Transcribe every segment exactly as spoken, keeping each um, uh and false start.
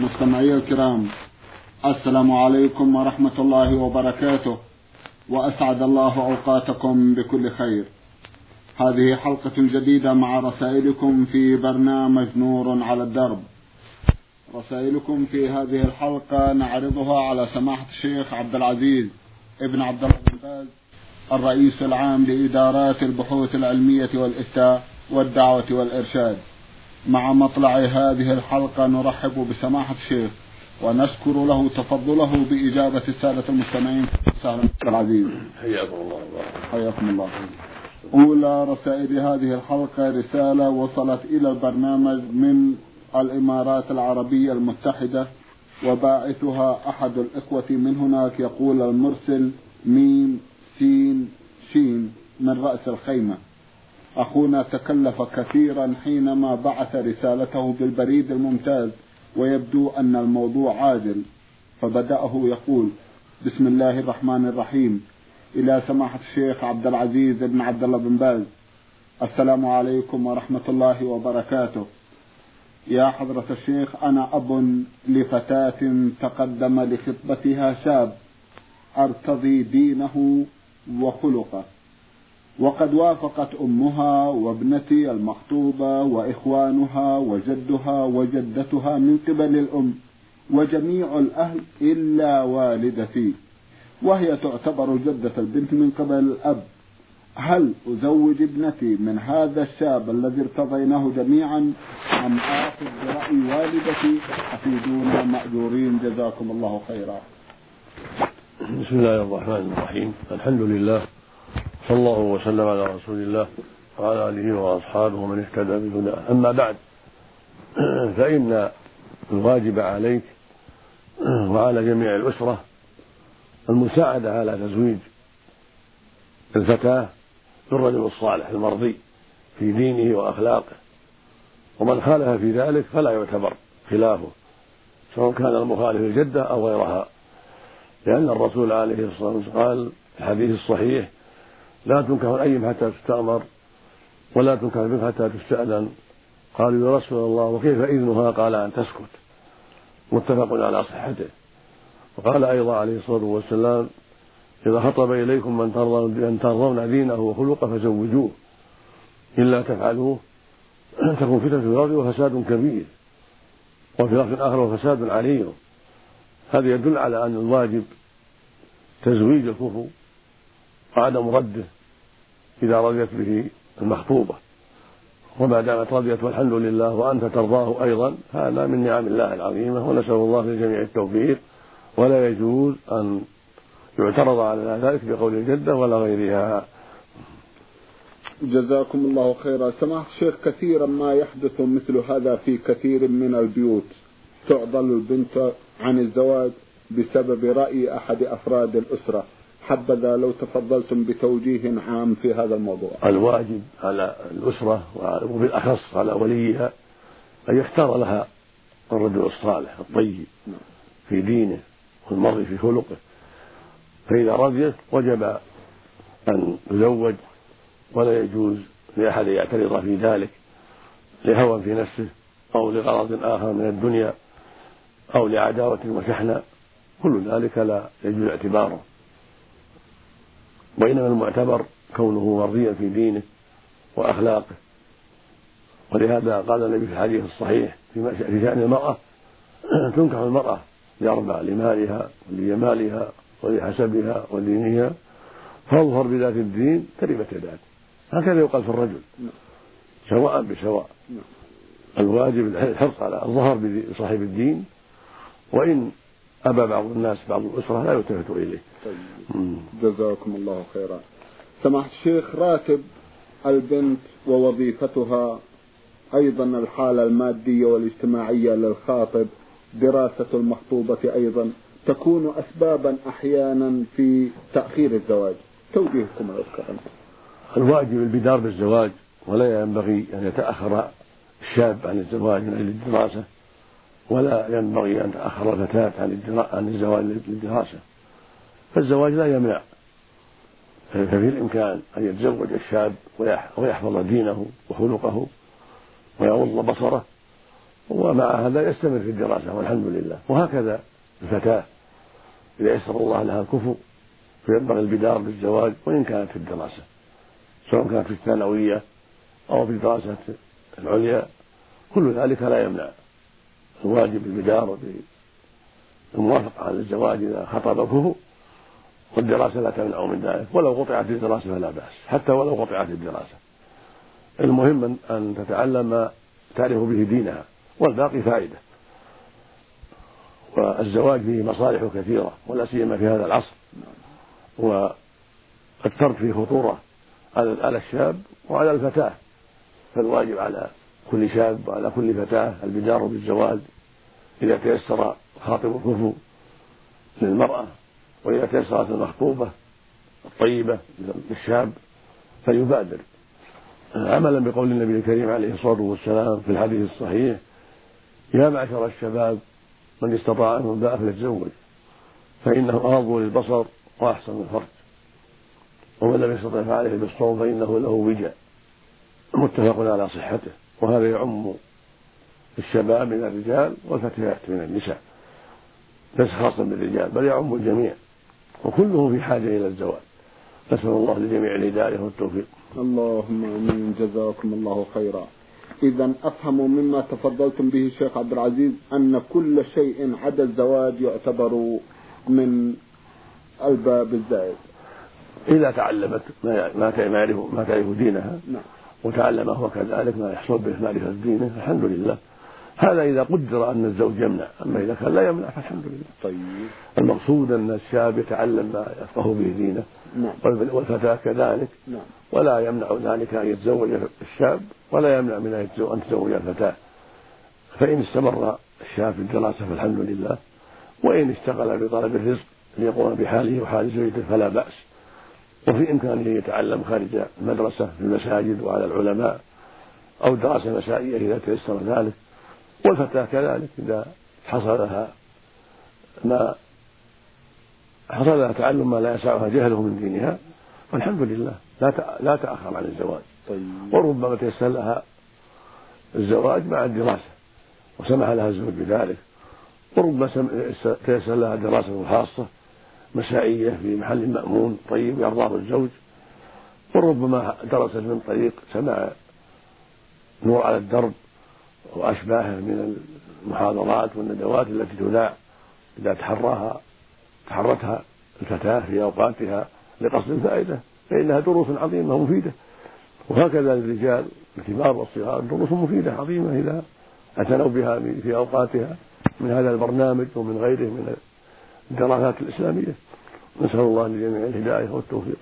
مستمعي الكرام، السلام عليكم ورحمة الله وبركاته، وأسعد الله أوقاتكم بكل خير. هذه حلقة جديدة مع رسائلكم في برنامج نور على الدرب. رسائلكم في هذه الحلقة نعرضها على سماحة الشيخ عبد العزيز ابن عبد الله بن باز، الرئيس العام لإدارات البحوث العلمية والإفتاء والدعوة والإرشاد. مع مطلع هذه الحلقة نرحب بسماحة الشيخ ونشكر له تفضله بإجابة السادة المستمعين. سهلا العزيز، حياكم الله. حياكم الله. أولى رسائل هذه الحلقة رسالة وصلت إلى البرنامج من الإمارات العربية المتحدة، وباعثها أحد الإخوة من هناك. يقول المرسل ميم سين شين من رأس الخيمة: أخونا تكلف كثيرا حينما بعث رسالته بالبريد الممتاز، ويبدو أن الموضوع عاجل، فبدأه يقول: بسم الله الرحمن الرحيم. إلى سماحة الشيخ عبد العزيز بن عبد الله بن باز، السلام عليكم ورحمة الله وبركاته. يا حضرة الشيخ، أنا أب لفتاة تقدم لخطبتها شاب أرتضي دينه وخلقه، وقد وافقت أمها وابنتي المخطوبة وإخوانها وجدها وجدتها من قبل الأم وجميع الأهل إلا والدتي، وهي تعتبر جدة البنت من قبل الأب. هل أزوج ابنتي من هذا الشاب الذي ارتضيناه جميعا أم آخذ برأي والدتي؟ أفيدونا مأجورين، جزاكم الله خيرا. بسم الله الرحمن الرحيم. الحمد لله، صلى الله وسلم على رسول الله وعلى آله وأصحابه ومن اهتدى بهداه. أما بعد، فإن الواجب عليك وعلى جميع الأسرة المساعدة على تزويج الفتاة بالرجل الصالح المرضي في دينه وأخلاقه، ومن خالف في ذلك فلا يعتبر خلافه، سواء كان المخالف الجدة أو غيرها، لأن الرسول عليه الصلاة والسلام قال في الحديث الصحيح: لا تنكح الأيم حتى تستأمر ولا تنكح البكر حتى تستأذن. قالوا: يا رسول الله وكيف إذنها؟ قال: أن تسكت. متفق على صحته. وقال أيضا عليه الصلاة والسلام: إذا خطب إليكم من ترضون دينه وخلقه فزوجوه، إلا تفعلوه تكون فتنة في الأرض وفساد كبير، وفي لفظ آخر وفساد عريض. هذا يدل على أن الواجب تزويج الكفو وعدم رده إذا رضيت به المخطوبة، وما دامت رضيت والحمد لله وأنت ترضاه أيضا، هذا من نعم الله العظيمة، ونسأل الله للجميع التوفيق. ولا يجوز أن يعترض على ذلك بقول الجدة ولا غيرها. جزاكم الله خيرا. سماحة الشيخ، كثيرا ما يحدث مثل هذا في كثير من البيوت، تعضل البنت عن الزواج بسبب رأي أحد أفراد الأسرة. حبذا لو تفضلتم بتوجيه عام في هذا الموضوع. الواجب على الأسرة وبالأخص على وليها أن يختار لها الرجل الصالح الطيب في دينه والمرء في خلقه، فإذا رضيت وجب أن يزوج، ولا يجوز لأحد يعترض في ذلك لهوى في نفسه أو لغرض آخر من الدنيا أو لعداوة وشحنة. كل ذلك لا يجوز اعتباره، وإنما المعتبر كونه مرضيا في دينه وأخلاقه. ولهذا قال النبي في الحديث الصحيح في شأن المرأة: تنكح المرأة لأربع: لمالها ولجمالها ولحسبها ودينها، فاظهر بذات الدين تربت يداك. هكذا يقال في الرجل سواء بسواء. الواجب الحرص على الظهر بصاحب الدين، وإن أبى بعض الناس بعض الأسرة لا يلتفت إليه. طيب. جزاكم الله خيرا. سماحة الشيخ، راتب البنت ووظيفتها، أيضا الحالة المادية والاجتماعية للخاطب، دراسة المخطوبة أيضا تكون أسبابا أحيانا في تأخير الزواج. توجيهكم الأذكر. الواجب البدار بالزواج، ولا ينبغي أن يتأخر الشاب عن الزواج من أجل الدراسة، ولا ينبغي أن تأخر الفتاة عن الزواج للدراسة، فالزواج لا يمنع. ففي الإمكان أن يتزوج الشاب ويحفظ دينه وخلقه ويغض بصره، ومع هذا يستمر في الدراسة والحمد لله. وهكذا الفتاة إذا يسر الله لها الكفو فينبغي البدار بالزواج وإن كانت في الدراسة، سواء كانت في الثانوية أو في الدراسة العليا، كل ذلك لا يمنع الواجب البدار بالموافقة على الزواج إذا خطب الكفو، والدراسة لا تمنع من ذلك، ولو قطعت الدراسة فلا بأس، حتى ولو قطعت الدراسة. المهم أن تتعلم ما تعرف به دينها، والباقي فائدة. والزواج فيه مصالح كثيرة ولا سيما في هذا العصر، والترك فيه خطورة على الشاب وعلى الفتاة، فالواجب على كل شاب وعلى كل فتاة البدار بالزواج إذا تيسر خاطب الكفو للمرأة، وإذا تيسرت المخطوبة الطيبة للشاب فيبادر، عملا بقول النبي الكريم عليه الصلاة والسلام في الحديث الصحيح: يا معشر الشباب من استطاع منكم الباءة فليتزوج فإنه أغض للبصر وأحسن للفرج، ومن لم يستطع فعليه بالصوم فإنه له وجاء، متفق على صحته. وهذا يعم الشباب من الرجال والفتيات من النساء، ليس خاصا بالرجال بل يعم الجميع، وكلهم في حاجة إلى الزواج. نسأل الله للجميع الهداية والتوفيق. اللهم آمين. جزاكم الله خيرا. إذا أفهم مما تفضلتم به الشيخ عبد العزيز أن كل شيء عدا الزواج يعتبر من الباب الزائد إذا تعلمت ما تعرف ما تعرف دينها. نعم. وتعلم هو كذلك ما يحصل به معرفة دينه الحمد لله. هذا إذا قدر أن الزوج يمنع، أما إذا كان لا يمنع فالحمد لله. طيب. المقصود أن الشاب يتعلم ما يفقه به دينه. نعم. والفتاة كذلك. نعم. ولا يمنع ذلك أن يتزوج الشاب ولا يمنع من أن تزوج الفتاة، فإن استمر الشاب في الدراسة فالحمد لله، وإن اشتغل بطلب الرزق ليقوم بحاله وحال زوجته فلا بأس. وفي إمكانه يتعلم خارج المدرسة في المساجد وعلى العلماء، أو دراسة مسائية إذا تيسر ذلك. والفتاة كذلك إذا حصل لها ما حصل لها تعلم ما لا يسعها جهله من دينها والحمد لله لا لا تأخر عن الزواج. طيب. وربما تيسر لها الزواج مع الدراسة وسمح لها الزوج بذلك، وربما تيسر لها دراسة خاصة مسائية في محل مأمون طيب يرضاه الزوج، وربما درست من طريق سماع نور على الدرب وأشباهه من المحاضرات والندوات التي تذاع إذا تحراها تحرتها الفتاة في أوقاتها لقصد الفائدة، فإنها دروس عظيمة مفيدة. وهكذا للرجال الكبار والصغار دروس مفيدة عظيمة إذا اعتنوا بها في أوقاتها من هذا البرنامج ومن غيره من الدراسات الإسلامية. نسأل الله للجميع الهداية والتوفيق.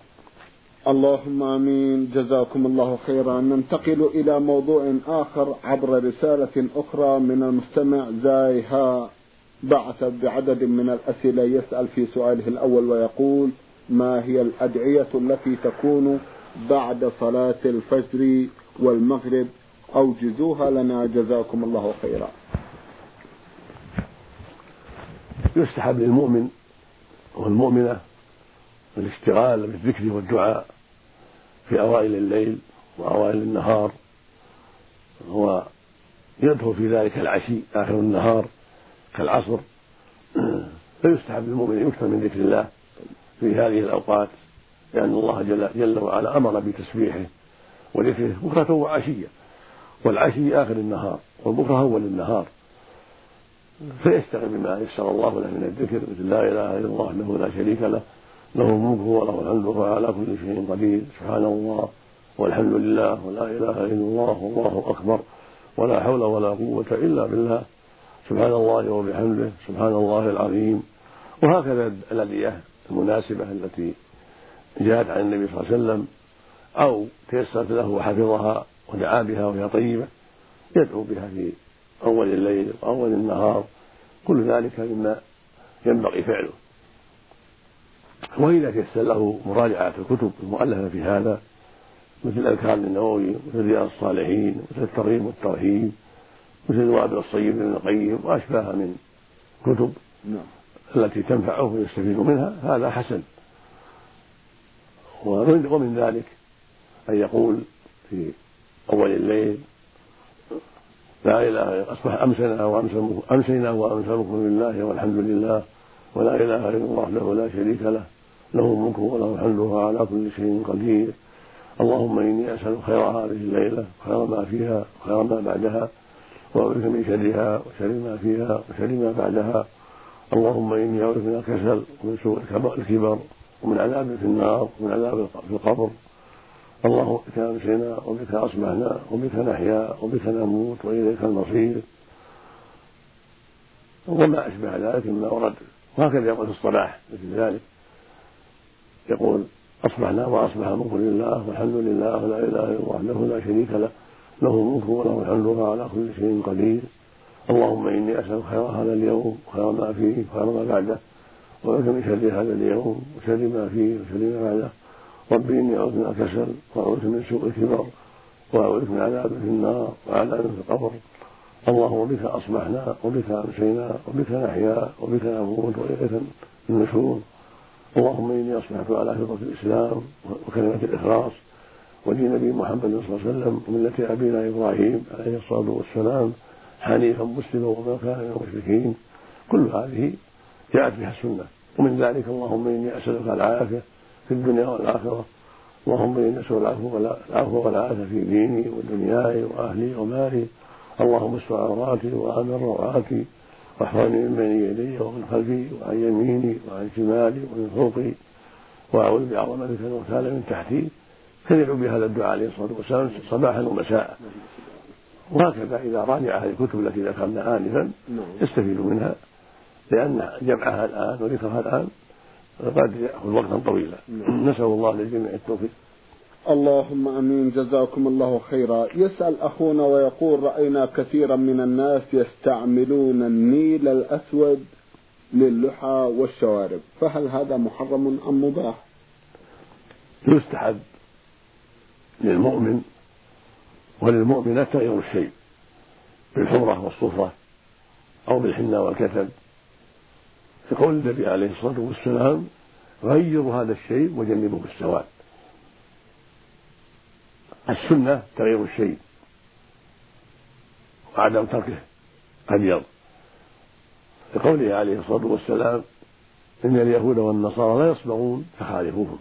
اللهم آمين. جزاكم الله خيرا. ننتقل إلى موضوع آخر عبر رسالة أخرى من المستمع زايها، بعث بعدد من الأسئلة، يسأل في سؤاله الأول ويقول: ما هي الأدعية التي تكون بعد صلاة الفجر والمغرب؟ أوجزوها لنا جزاكم الله خيرا. يستحب للمؤمن والمؤمنة الاشتغال بالذكر والدعاء في أوائل الليل وأوائل النهار، ويدخل في ذلك العشي آخر النهار كالعصر، فيستحب للمؤمن أن يكثر من ذكر الله في هذه الأوقات، لأن الله جل, جل وعلا أمر بتسبيحه وذكره بكرة وعشية، والعشي آخر النهار والبكرة أول النهار، فيشتغل بما يسر الله له من الذكر، مثل لا إله إلا الله وحده لا شريك له له الملك وله الحمد وهو على كل شيء قدير، سبحان الله والحمد لله ولا إله إلا الله والله أكبر ولا حول ولا قوة إلا بالله، سبحان الله وبحمده سبحان الله العظيم. وهكذا الأدعية المناسبة التي جاءت عن النبي صلى الله عليه وسلم أو تيسرت له وحفظها ودعا بها وهي طيبة يدعو بها في أول الليل وأول النهار، كل ذلك مما ينبغي فعله. وإذا تيسر له مراجعة الكتب المؤلفة في هذا مثل الأذكار النووي مثل رياض الصالحين مثل الترغيب والترهيب مثل الوابل الصيب ابن القيم وأشباهها من كتب التي تنفعه ويستفيد منها، هذا حسن. ومن ذلك أن يقول في أول الليل لا إله إلا أصبح أمسنا وأمسى أمسينا وأمسى الملك لله والحمد لله ولا إله إلا الله وحده لا شريك له له الملك وله الحمد وهو على كل شيء قدير. اللهم إني أسأل خير هذه الليلة وخير ما فيها وخير ما بعدها وأعوذ من شرها وشر ما فيها وشر ما بعدها. اللهم إني أعوذ من الكسل ومن سوء الكبر ومن عذاب في النار ومن عذاب في القبر. اللهم بك أمسينا وبك أصبحنا وبك نحيا وبك نموت وإليك المصير، وما أشبه ذلك مما ورد. وهكذا يقول في الصباح مثل ذلك، يقول أصبحنا وأصبح الملك لله والحمد لله ولا إله إلا الله وحده لا شريك له له الملك وله الحمد وهو على كل شيء قدير. اللهم إني أسأل خير هذا اليوم وخير ما فيه وخير ما بعده وأعوذ من شر هذا اليوم وشر ما فيه وشر ما بعده. ربي إني أعوذ من الكسل وأعوذ من سوء الكبر وأعوذ من عذاب في النار وعذاب في القبر. اللهم بك أصبحنا وبك أمسينا وبك نحيا وبك نموت وإليك النشور. اللهم إني أصبحت على فطرة الإسلام وكلمة الإخلاص ودين نبي محمد صلى الله عليه وسلم وملة أبينا إبراهيم عليه الصلاة والسلام حنيفا مسلما وما كان من المشركين. كل هذه جاءت بها السنة. ومن ذلك اللهم إني أسألك العافية في الدنيا والآخرة. اللهم إني أسألك العفو والعافية في ديني ودنياي وأهلي ومالي. اللهم استر عوراتي وآمن روعاتي واحفظني من بين يدي ومن خلفي وعن يميني وعن شمالي ومن فوقي وأعوذ بعظمتك أن أغتال من تحتي. كذلوا بهذا الدعاء عليه الصلاة والسلام صباحا ومساء. وهكذا إذا راجع هذه الكتب التي ذكرنا آنفا يستفيد منها، لأن جمعها الآن وذكرها الآن قد يأخذ وقتا طويلا. نسأل الله للجميع التوفيق. اللهم امين. جزاكم الله خيرا. يسأل اخونا ويقول: رأينا كثيرا من الناس يستعملون النيل الاسود للحى والشوارب، فهل هذا محرم ام مباح؟ يستحب للمؤمن وللمؤمنة تغيير الشيء بالحمرة والصفرة او بالحنة والكتب، كقول النبي عليه الصلاة والسلام: غيروا هذا الشيء وجنبوه السواد. السنة تغيير الشيء وعدم تركه أبيض، لقوله عليه الصلاة والسلام: إن اليهود والنصارى لا يصبغون فخالفوهم.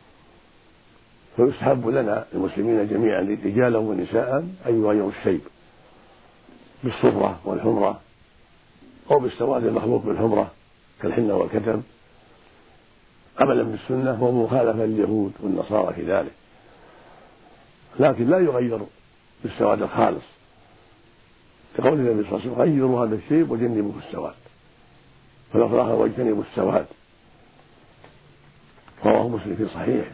فيستحب لنا المسلمين جميعا رجالا ونساء أن يغيروا الشيء بالصفرة والحمرة أو بالسواد المخلوط بالحمرة كالحنة والكتم، عملا بالسنة ومخالفة لليهود والنصارى في ذلك. لكن لا يغير بالسواد الخالص، كقول النبي صلى الله عليه وسلم: غيروا هذا الشيء وجنبوا السواد، فالأخلاق واجتنبوا السواد. رواه مسلم في صحيحه.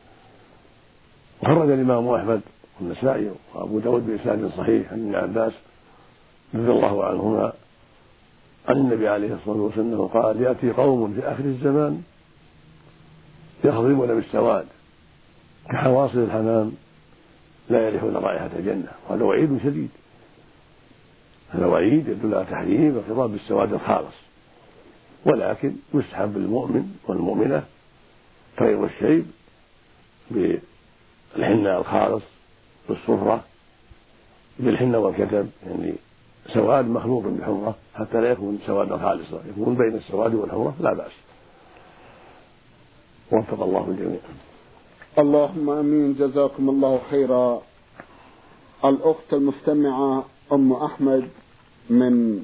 وخرج الإمام أحمد والنسائي وأبو داود بإسناد صحيح عن ابن عباس رضي الله عنهما عن النبي عليه الصلاة والسلام قال: يأتي قوم في آخر الزمان يخضبون بالسواد كحواصل الحمام لا يريحون رائحة الجنة. وهذا وعيد شديد، هذا وعيد يدل على تحريم الخضاب بالسواد الخالص. ولكن يستحب للمؤمن والمؤمنة تغيير الشيب بالحنة الخالص بالصفرة بالحنة والكتب، يعني سواد مخلوط بالحمرة حتى لا يكون سوادا خالصا، يكون بين السواد والحمرة لا بأس. وفق الله الجميع. اللهم امين. جزاكم الله خيرا. الاخت المستمعة ام احمد من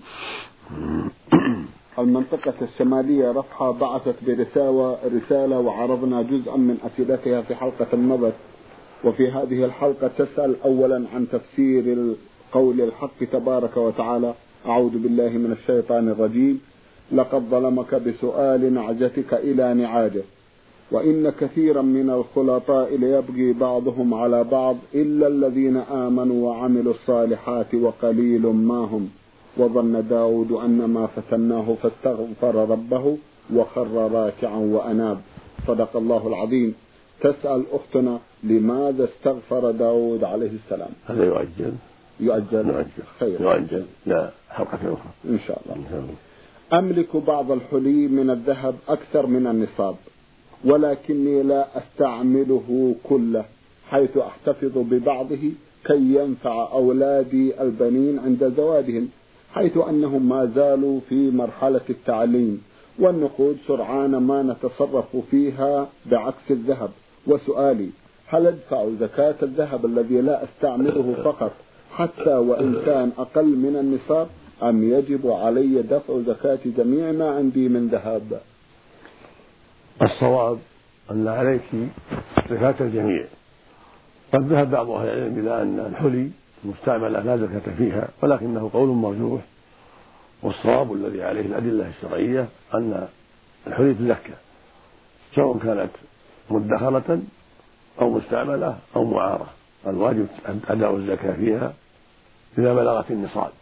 المنطقة الشمالية رفحة بعثت برسالة رسالة وعرضنا جزءا من اسئلتها في حلقة مضت. وفي هذه الحلقة تسأل اولا عن تفسير القول الحق تبارك وتعالى: اعوذ بالله من الشيطان الرجيم، لقد ظلمك بسؤال نعجتك الى نعاجه، وإن كثيرا من الخلطاء ليبغي بعضهم على بعض إلا الذين آمنوا وعملوا الصالحات وقليل ما هم، وظن داود أن ما فتناه فاستغفر ربه وخر راكعا وأناب. صدق الله العظيم. تسأل أختنا: لماذا استغفر داود عليه السلام؟ هذا يؤجل يؤجل يؤجل خير يؤجل لا حلقة أخرى إن شاء الله. أملك بعض الحلي من الذهب أكثر من النصاب، ولكني لا أستعمله كله، حيث أحتفظ ببعضه كي ينفع أولادي البنين عند زواجهم، حيث أنهم ما زالوا في مرحلة التعليم، والنقود سرعان ما نتصرف فيها بعكس الذهب. وسؤالي: هل أدفع زكاة الذهب الذي لا أستعمله فقط حتى وإن كان أقل من النصاب، أم يجب علي دفع زكاة جميع ما عندي من ذهب؟ الصواب أن عليك زكاة الجميع. قد ذهب بعض أهل العلم إلى أن الحلي المستعملة لا زكاة فيها، ولكنه قول مرجوح، والصواب الذي عليه الأدلة الشرعية أن الحلي تزكى سواء كانت مدخرة أو مستعملة أو معارة، الواجب أداء الزكاة فيها إذا بلغت النصاب،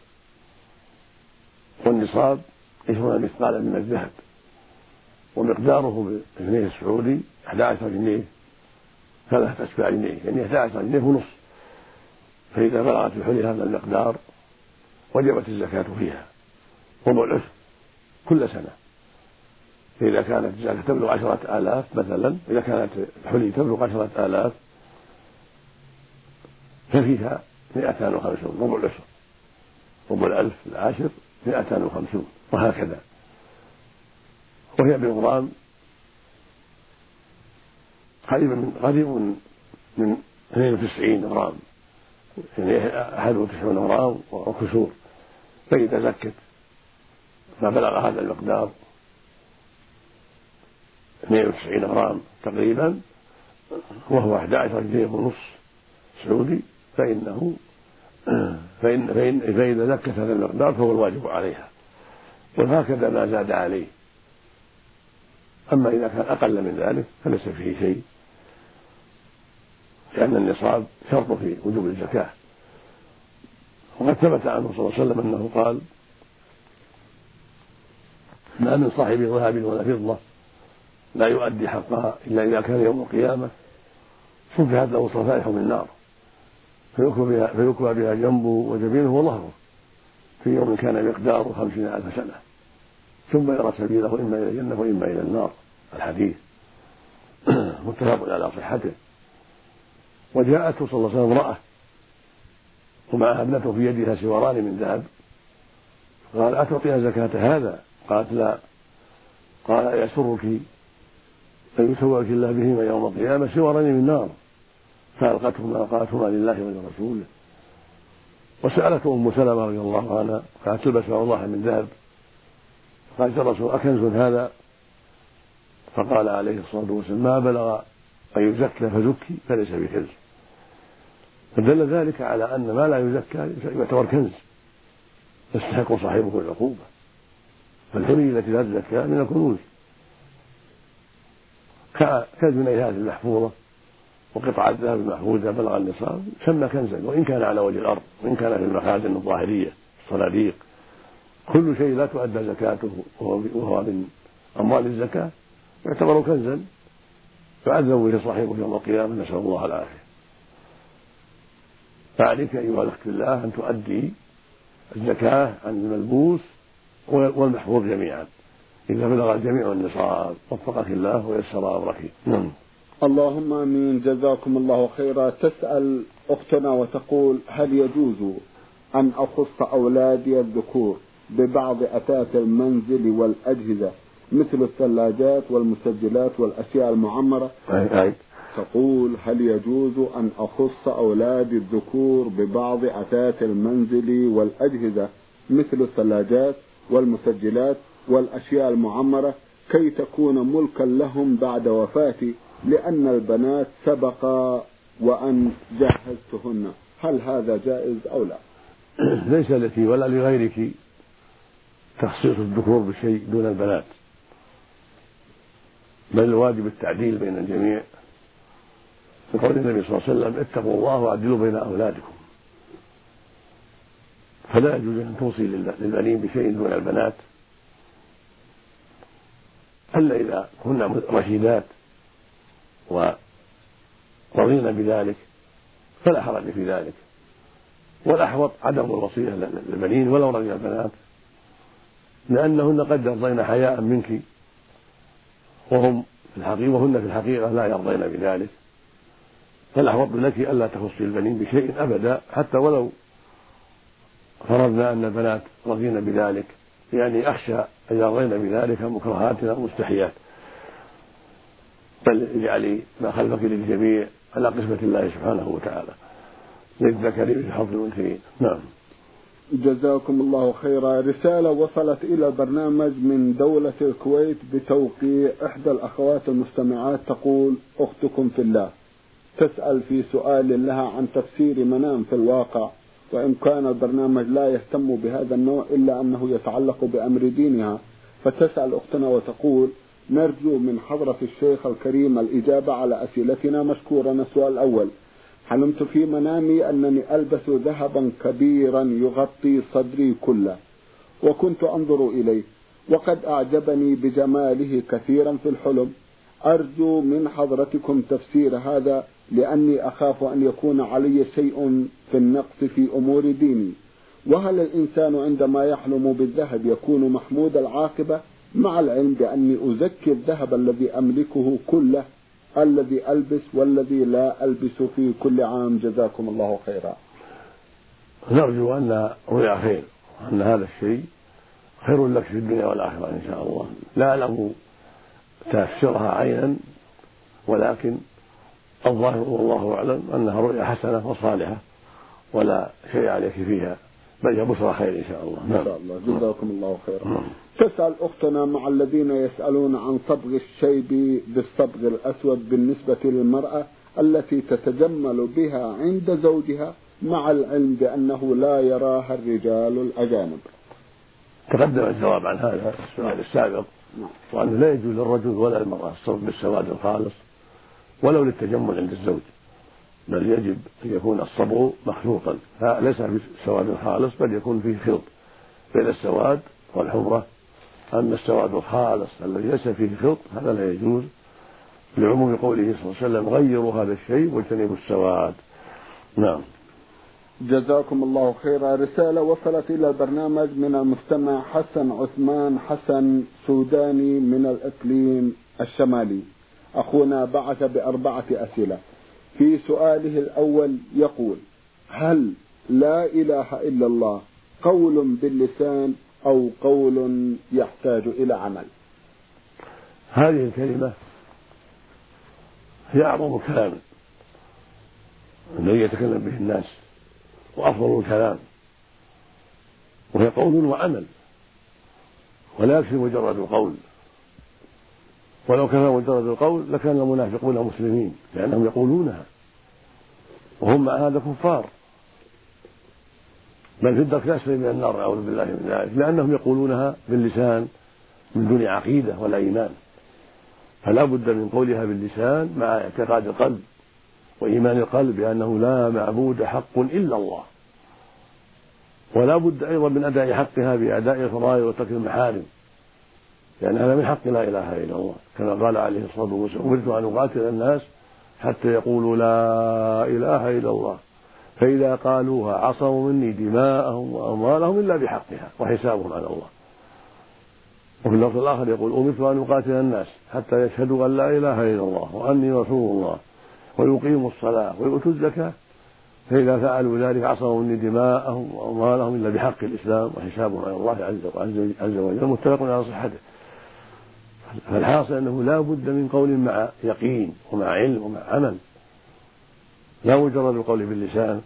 والنصاب عشرون مثقالا من الذهب، ومقداره بالجنيه السعودي أحد عشر جنيه ثلاثة أسباع جنيه، يعني أحد عشر جنيه ونصف. فإذا بلغت الحلي هذا المقدار وجبت الزكاة فيها، ربع العشر كل سنة. فإذا كانت الزكاة تبلغ عشرة آلاف مثلا، إذا كانت الحلي تبلغ عشرة آلاف ففيها مئتان وخمسون، ربع العشر، ربع الألف العاشر مئتان وخمسون، وهكذا. وهي بالغرام قريبا من قريب من اثنين وتسعين غرام، يعني أحد وتسعون غرام وكسور. فإذا زكت ما بلغ هذا المقدار اثنين وتسعين غرام تقريبا، وهو أحد عشر جنيه ونصف سعودي، فإنه فإن فإن فإذا زكت هذا المقدار فهو الواجب عليها، وهكذا ما زاد عليه. أما إذا كان أقل من ذلك فليس فيه شيء، لأن النصاب شرط في وجوب الزكاة. وقد ثبت عنه صلى الله عليه وسلم أنه قال: ما من صاحب ذهب ولا فضة لا يؤدي حقها إلا إذا كان يوم القيامة صفحت له صفائح من نار فيكوى بها جنبه وجبينه وظهره في يوم كان مقداره خمسين ألف سنة، ثم يرى سبيله إما إلى الجنة وإما إلى النار. الحديث متفق على صحته. وجاءته صلى الله عليه وسلم امرأة ومعها ابنته في يدها سواران من ذهب، قال: أتعطيها زكاة هذا؟ قالت: لا. قال: يسرك أن يسوّك الله بهما يوم القيامة سوارين من نار، فألقتهما قالتهما لله ولرسوله. وسألته أم سلمة رضي الله عنها قالت: تلبس أوضاح من ذهب، قالت: يا رسول أكنز هذا؟ فقال عليه الصلاة والسلام: ما بلغ أن يزكى فزكي فليس بكنز. فدل ذلك على أن ما لا يزكى يعتبر كنز يستحق صاحبه العقوبة. فالحلي التي لا تزكى من الكنوز كالجنيهات المحفوظة وقطع الذهب المحفوظة بلغ النصاب سمى كنزا، وإن كان على وجه الأرض، وإن كان في المخازن الظاهرية الصناديق. كل شيء لا تؤدى زكاته وهو من أموال الزكاة يعتبر كنزا يعذب به صاحبه يوم القيامة، نسأل الله العافية. فعليك أيها الأخت الله أن تؤدي الزكاة عن الملبوس والمحفوظ جميعا إذا بلغ الجميع النصاب، وفقك الله ويسر أمرك. نعم. اللهم آمين. جزاكم الله خيرا. تسأل أختنا وتقول: هل يجوز أن أخص أولادي الذكور ببعض أثاث المنزل والأجهزة مثل الثلاجات والمسجلات والأشياء المعمرة؟ أي أي. تقول: هل يجوز أن أخص أولادي الذكور ببعض أثاث المنزل والأجهزة مثل الثلاجات والمسجلات والأشياء المعمرة كي تكون ملكا لهم بعد وفاتي، لأن البنات سبق وأن جهزتهن؟ هل هذا جائز أو لا؟ ليس لك ولا لغيرك تخصيص الذكور بشيء دون البنات، بل الواجب التعديل بين الجميع، بقول النبي صلى الله عليه وسلم: اتقوا الله وعدلوا بين أولادكم. فلا يجوز أن توصي للبنين بشيء دون البنات إلا إذا كن رشيدات ورضينا بذلك فلا حرج في ذلك، والأحوط عدم الوصية للبنين ولو رضي البنات، لأنهن قد يرضين حياء منك وهم في الحقيقة وهن في الحقيقة لا يرضين بذلك، فالأحوط لك ألا تخصي البنين بشيء أبدا، حتى ولو فرضنا أن البنات رضين بذلك، يعني أخشى أن يرضين بذلك مكرهات أو مستحيات، بل اجعلي ما خلفك للجميع على قسمة الله سبحانه وتعالى، للذكر مثل حظ الأنثيين. نعم. جزاكم الله خيرا. رسالة وصلت إلى البرنامج من دولة الكويت بتوقيع إحدى الأخوات المستمعات، تقول: أختكم في الله تسأل في سؤال لها عن تفسير منام في الواقع، وإن كان البرنامج لا يهتم بهذا النوع إلا أنه يتعلق بأمر دينها، فتسأل أختنا وتقول: نرجو من حضرة الشيخ الكريم الإجابة على أسئلتنا مشكورا. السؤال الأول: حلمت في منامي أنني ألبس ذهبا كبيرا يغطي صدري كله، وكنت أنظر إليه، وقد أعجبني بجماله كثيرا في الحلم. أرجو من حضرتكم تفسير هذا، لأني أخاف أن يكون علي شيء في النقص في أمور ديني. وهل الإنسان عندما يحلم بالذهب يكون محمود العاقبة، مع العلم بأني أزكي الذهب الذي أملكه كله، الذي ألبس والذي لا ألبس في كل عام؟ جزاكم الله خيرا. نرجو أن رؤيا خير، وأن هذا الشيء خير لك في الدنيا والآخرة إن شاء الله. لا أعلم تفسيرها عينا، ولكن الظاهر والله أعلم أنها رؤيا حسنة وصالحة، ولا شيء عليك فيها، بل هي بشرى خير إن شاء الله. إن شاء الله. جزاكم الله خيرا. تسأل أختنا: مع الذين يسألون عن صبغ الشيب بالصبغ الأسود بالنسبة للمرأة التي تتجمل بها عند زوجها، مع العلم بأنه لا يراها الرجال الأجانب. تقدم الجواب عن هذا السؤال السابق، وأنه لا يجوز للرجل ولا المرأة الصبغ بالسواد الخالص ولو للتجمل عند الزوج، بل يجب أن يكون الصبغ مخلوطا، ليس بالسواد الخالص، بل يكون فيه خلط بين السواد والحمرة. أما السواد الخالص الذي ليس فيه خلط هذا لا يجوز، لعموم قوله صلى الله عليه وسلم: غيروا هذا الشيء واجتنبوا السواد. نعم. جزاكم الله خيرا. رسالة وصلت إلى البرنامج من المستمع حسن عثمان حسن سوداني من الإقليم الشمالي. أخونا بعث بأربعة أسئلة. في سؤاله الأول يقول: هل لا إله إلا الله قول باللسان أو قول يحتاج إلى عمل؟ هذه الكلمة هي أعظم كلام الذي يتكلم به الناس، وأفضل الكلام، وهي قول وعمل، ولا يكفي مجرد القول. ولو كان مجرد القول لكان المنافقون مسلمين، لأنهم يقولونها وهم مع هذا كفار، بل في الدرك الأسفل من النار، نعوذ بالله من ذلك، لأنهم يقولونها باللسان من دون عقيدة ولا إيمان. فلا بد من قولها باللسان مع اعتقاد القلب وإيمان القلب بأنه لا معبود حق إلا الله، ولا بد أيضا من أداء حقها بأداء الفرائض وترك المحارم، لأن هذا من حق لا إله إلا الله، كما قال عليه الصلاة والسلام: أمرت أن أقاتل الناس حتى يقولوا لا إله إلا الله، فإذا قالوها عصموا مني دماءهم وأموالهم إلا بحقها وحسابهم على الله. وفي اللفظ الآخر يقول: أمرت أن أقاتل الناس حتى يشهدوا أن لا إله إلا الله وأني رسول الله ويقيموا الصلاة ويؤتوا الزكاة، فإذا فعلوا ذلك عصموا مني دماءهم وأموالهم إلا بحق الإسلام وحسابهم على الله عز وجل. متفق على صحته. فالحاصل أنه لا بد من قول مع يقين ومع علم ومع عمل، لا مجرد القول باللسان.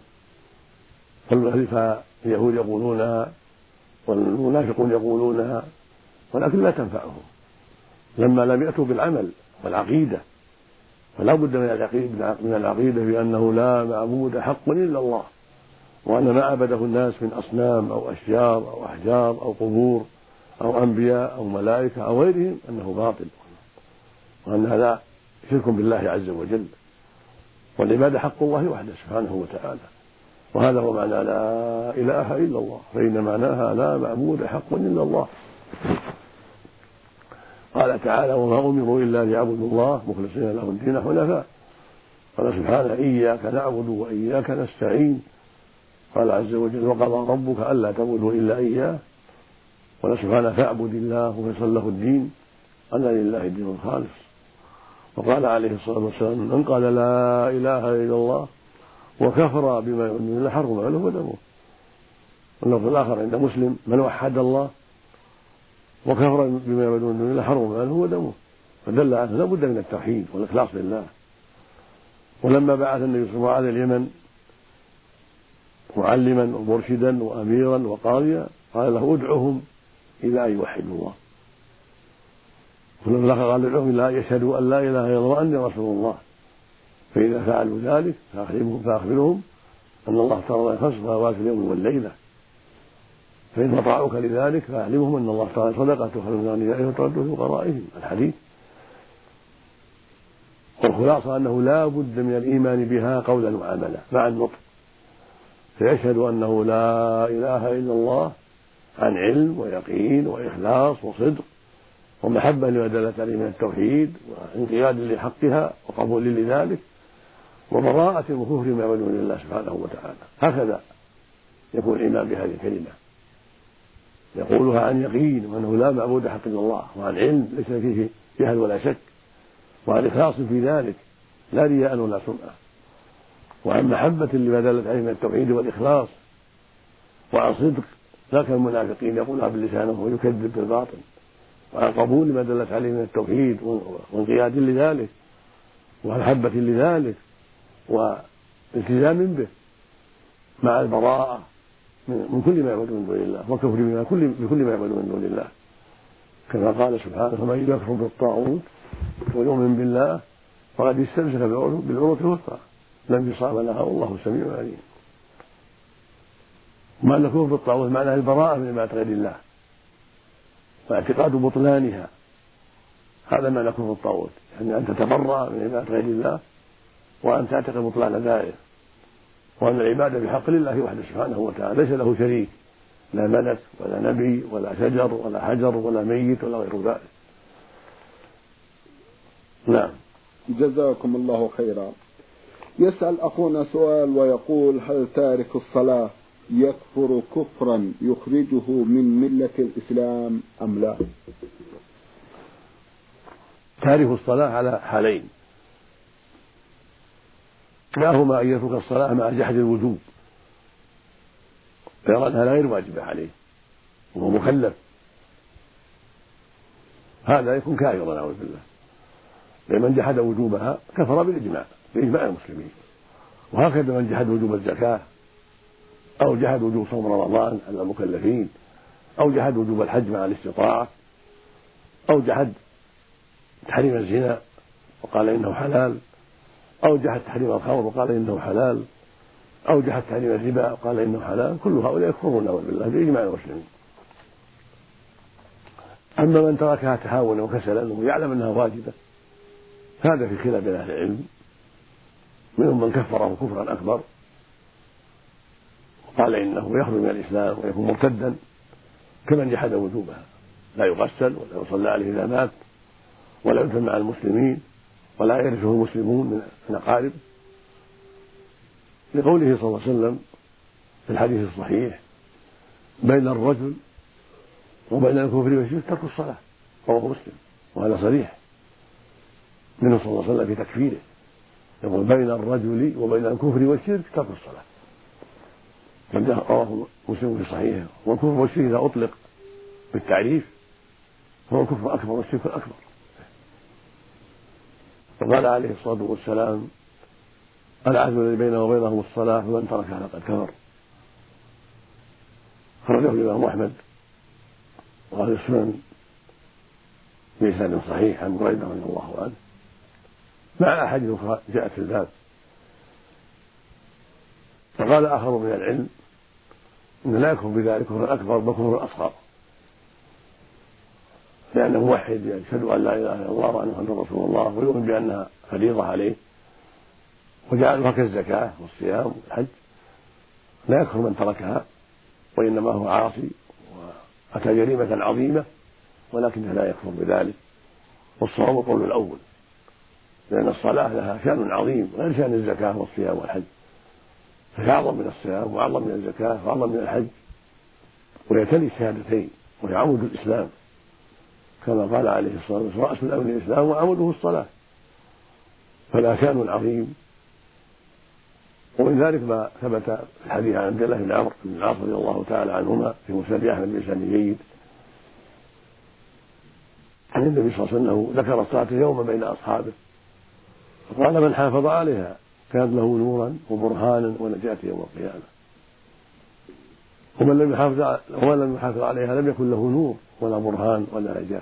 فاليهود يقولونها والمنافقون يقولونها، ولكن لا تنفعهم لما لم يأتوا بالعمل والعقيدة. فلا بد من العقيدة بأنه لا معبود حق إلا الله، وأن ما عبده الناس من أصنام أو أشجار أو أحجار أو قبور أو أنبياء أو ملائكة أو غيرهم أنه باطل، وأن هذا شرك بالله عز وجل، والعبادة حق الله وحده سبحانه وتعالى. وهذا هو معنى لا إله إلا الله، فإن معناها لا معبود حق إلا الله. قال تعالى: وما أمروا إلا ليعبدوا الله مخلصين له الدين حنفاء. قال سبحانه: إياك نعبد وإياك نستعين. قال عز وجل: وقضى ربك ألا تعبدوا إلا إياه. قال سبحانه: فاعبد الله مخلصا له الدين، أنا لله الدين الخالص. وقال عليه الصلاة والسلام: من قال لا إله إلا الله وكفر بما يؤمن بالله حرم ماله ودمه. واللفظ الآخر عند مسلم: من وحد الله وكفر بما يؤمن بالله حرم ماله ودمه. فدل على لا بد من التوحيد والإخلاص لله. ولما بعث النبي صلى الله عليه وسلم اليمن معلما ومرشدا وأميرا وقاضيا قال له: ادعهم إلى أن يوحدوا الله. ولما قال: ادعهم إلى أن يشهدوا أن لا إله إلا الله وأني رسول الله. فإذا فعلوا ذلك فأخبرهم أن الله تعالى خمس صلوات اليوم والليلة، فإن أطاعوك لذلك فأعلمهم أن الله تعالى صدقة تخرج من أغنيائهم وترد في فقرائهم. الحديث. والخلاصة أنه لا بد من الإيمان بها قولا وعملا مع النطق، فيشهد أنه لا إله إلا الله عن علم ويقين وإخلاص وصدق ومحبة لما دلت عليه من التوحيد وانقياد لحقها وقبول لذلك وبراءة وكفر ما يعبد من الله سبحانه وتعالى. هكذا يكون الإيمان بهذه الكلمة، يقولها عن يقين وأنه لا معبود حق إلا الله، وعن علم ليس فيه جهل ولا شك، وعن إخلاص في ذلك لا رياء ولا سمعة، وعن محبة لما دلت عليه من التوحيد والإخلاص، وعن صدق لا كالمنافقين يقولها باللسان ويكذب بالباطن، وعن قبول ما دلت عليه من التوحيد وانقياد لذلك ومحبة لذلك والتزام به، مع البراءة من كل ما يعبد من دون الله والكفر بكل ما يعبد من دون الله، كما قال سبحانه: فمن يكفر بالطاغوت ويؤمن بالله فقد استمسك بالعروة الوثقى لا انفصام لها والله سميع عليم. معنى الكفر بالطاغوت معناه البراءة من عبادة غير الله واعتقاد بطلانها، هذا معنى كفر الطاغوت، يعني أن تتبرأ من عبادة غير الله وأن تعتقد بطلان ذلك، وأن العبادة بحق لله وحده سبحانه وتعالى ليس له شريك، لا ملك ولا نبي ولا شجر ولا حجر ولا ميت ولا غير ذلك. نعم. جزاكم الله خيرا. يسأل أخونا سؤال ويقول: هل تارك الصلاة يكفر كفرا يخرجه من ملة الإسلام أم لا؟ تارك الصلاة على حالين: كلاهما أن يترك الصلاة مع جحد الوجوب ويرى أنها غير واجبة عليه وهو مكلف، هذا يكون كافرا نعوذ بالله، لمن جحد وجوبها كفر بالإجماع بإجماع المسلمين. وهكذا من جحد وجوب الزكاة أو جحد وجوب صوم رمضان على المكلفين أو جحد وجوب الحج مع الاستطاعة أو جحد تحريم الزنا وقال إنه حلال أو جحد تحريم الخمر وقال إنه حلال أو جحد تحريم الربا وقال إنه حلال، كل هؤلاء يكفرون نعوذ بالله بإجماع المسلمين. أما من تركها تهاونا وكسلا ويعلم أنها واجبة هذا في خلاف بين أهل العلم، منهم من كفره كفرا أكبر وقال إنه يخرج من الإسلام ويكون مرتدا كمن جحد وجوبها، لا يغسل ولا يصلى عليه إذا مات ولا يدفن مع المسلمين ولا يرثه المسلمون من أقارب، لقوله صلى الله عليه وسلم في الحديث الصحيح: بين الرجل وبين الكفر والشرك ترك الصلاة، رواه مسلم، وهذا صريح منه صلى الله عليه وسلم في تكفيره، يقول: بين الرجل وبين الكفر والشرك ترك الصلاة، رواه مسلم في صحيحه. والكفر والشرك إذا أطلق بالتعريف فهو الكفر الأكبر والشرك الأكبر. وقال عليه الصلاة والسلام: العهد الذي بيننا وبينهم الصلاة فمن تركها فقد كفر. خرجه الإمام أحمد وأهل السنن بإسناد صحيح عن بريدة رضي الله عنه مع أحاديث أخرى جاءت في الباب. فقال آخر من العلم إن لا يكفر بذلك كفر أكبر بل كفر أصغر، لأنه موحد يشهد أن لا إله إلا الله وأن محمدا رسول الله ويؤمن بأنها فريضة عليه وجعلها كالزكاة والصيام والحج، لا يكفر من تركها، وإنما هو عاصي وأتى جريمة عظيمة ولكنه لا يكفر بذلك. والصواب القول الأول، لأن الصلاة لها شأن عظيم غير شأن الزكاة والصيام والحج، فهي أعظم من الصيام وأعظم من الزكاة وأعظم من الحج، ويتلي الشهادتين وهي عمود الإسلام، كما قال عليه الصلاة والسلام: رأس الأمر الإسلام وعموده الصلاة. فلا شأن عظيم. ومن ذلك ما ثبت في الحديث عن عبد الله بن عمرو بن العاص رضي الله تعالى عنهما في مسند أحمد بإسناد جيد عن النبي صلى الله عليه وسلم ذكر الصلاة يوما بين أصحابه فقال من حافظ عليها كانت له نورا وبرهانا ونجاة يوم القيامة، ومن لم يحافظ ومن لم يحافظ عليها لم يكن له نور ولا برهان ولا نجاة.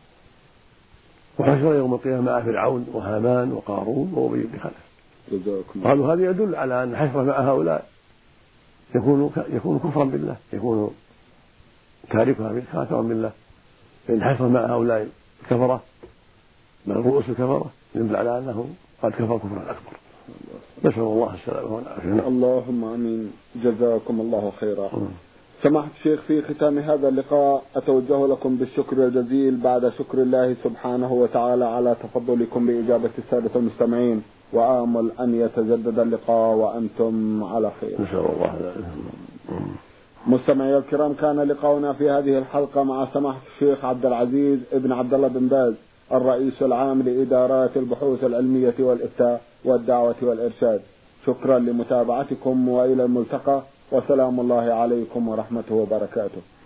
وحشر يوم القيامة مع فرعون وهامان وقارون وأبي بن خلف. قالوا هذا يدل على أن الحشر مع هؤلاء يكون يكون كفرا بالله، يكون تاركها كافرا بالله، فإن حشر مع هؤلاء الكفرة من رؤوس الكفرة يدل على أنه قد كفر كفرا أكبر. نسأل الله السلامة والعافية. اللهم آمين. جزاكم الله خيرا. سماحة الشيخ، في ختام هذا اللقاء أتوجه لكم بالشكر الجزيل بعد شكر الله سبحانه وتعالى على تفضلكم بإجابة السادة المستمعين، وآمل أن يتجدد اللقاء وأنتم على خير إن شاء الله. مستمعي الكرام، كان لقاؤنا في هذه الحلقة مع سماحة الشيخ عبد العزيز ابن عبد الله بن باز الرئيس العام لإدارات البحوث العلمية والإفتاء والدعوة والإرشاد. شكرا لمتابعتكم وإلى الملتقى، وسلام الله عليكم ورحمته وبركاته.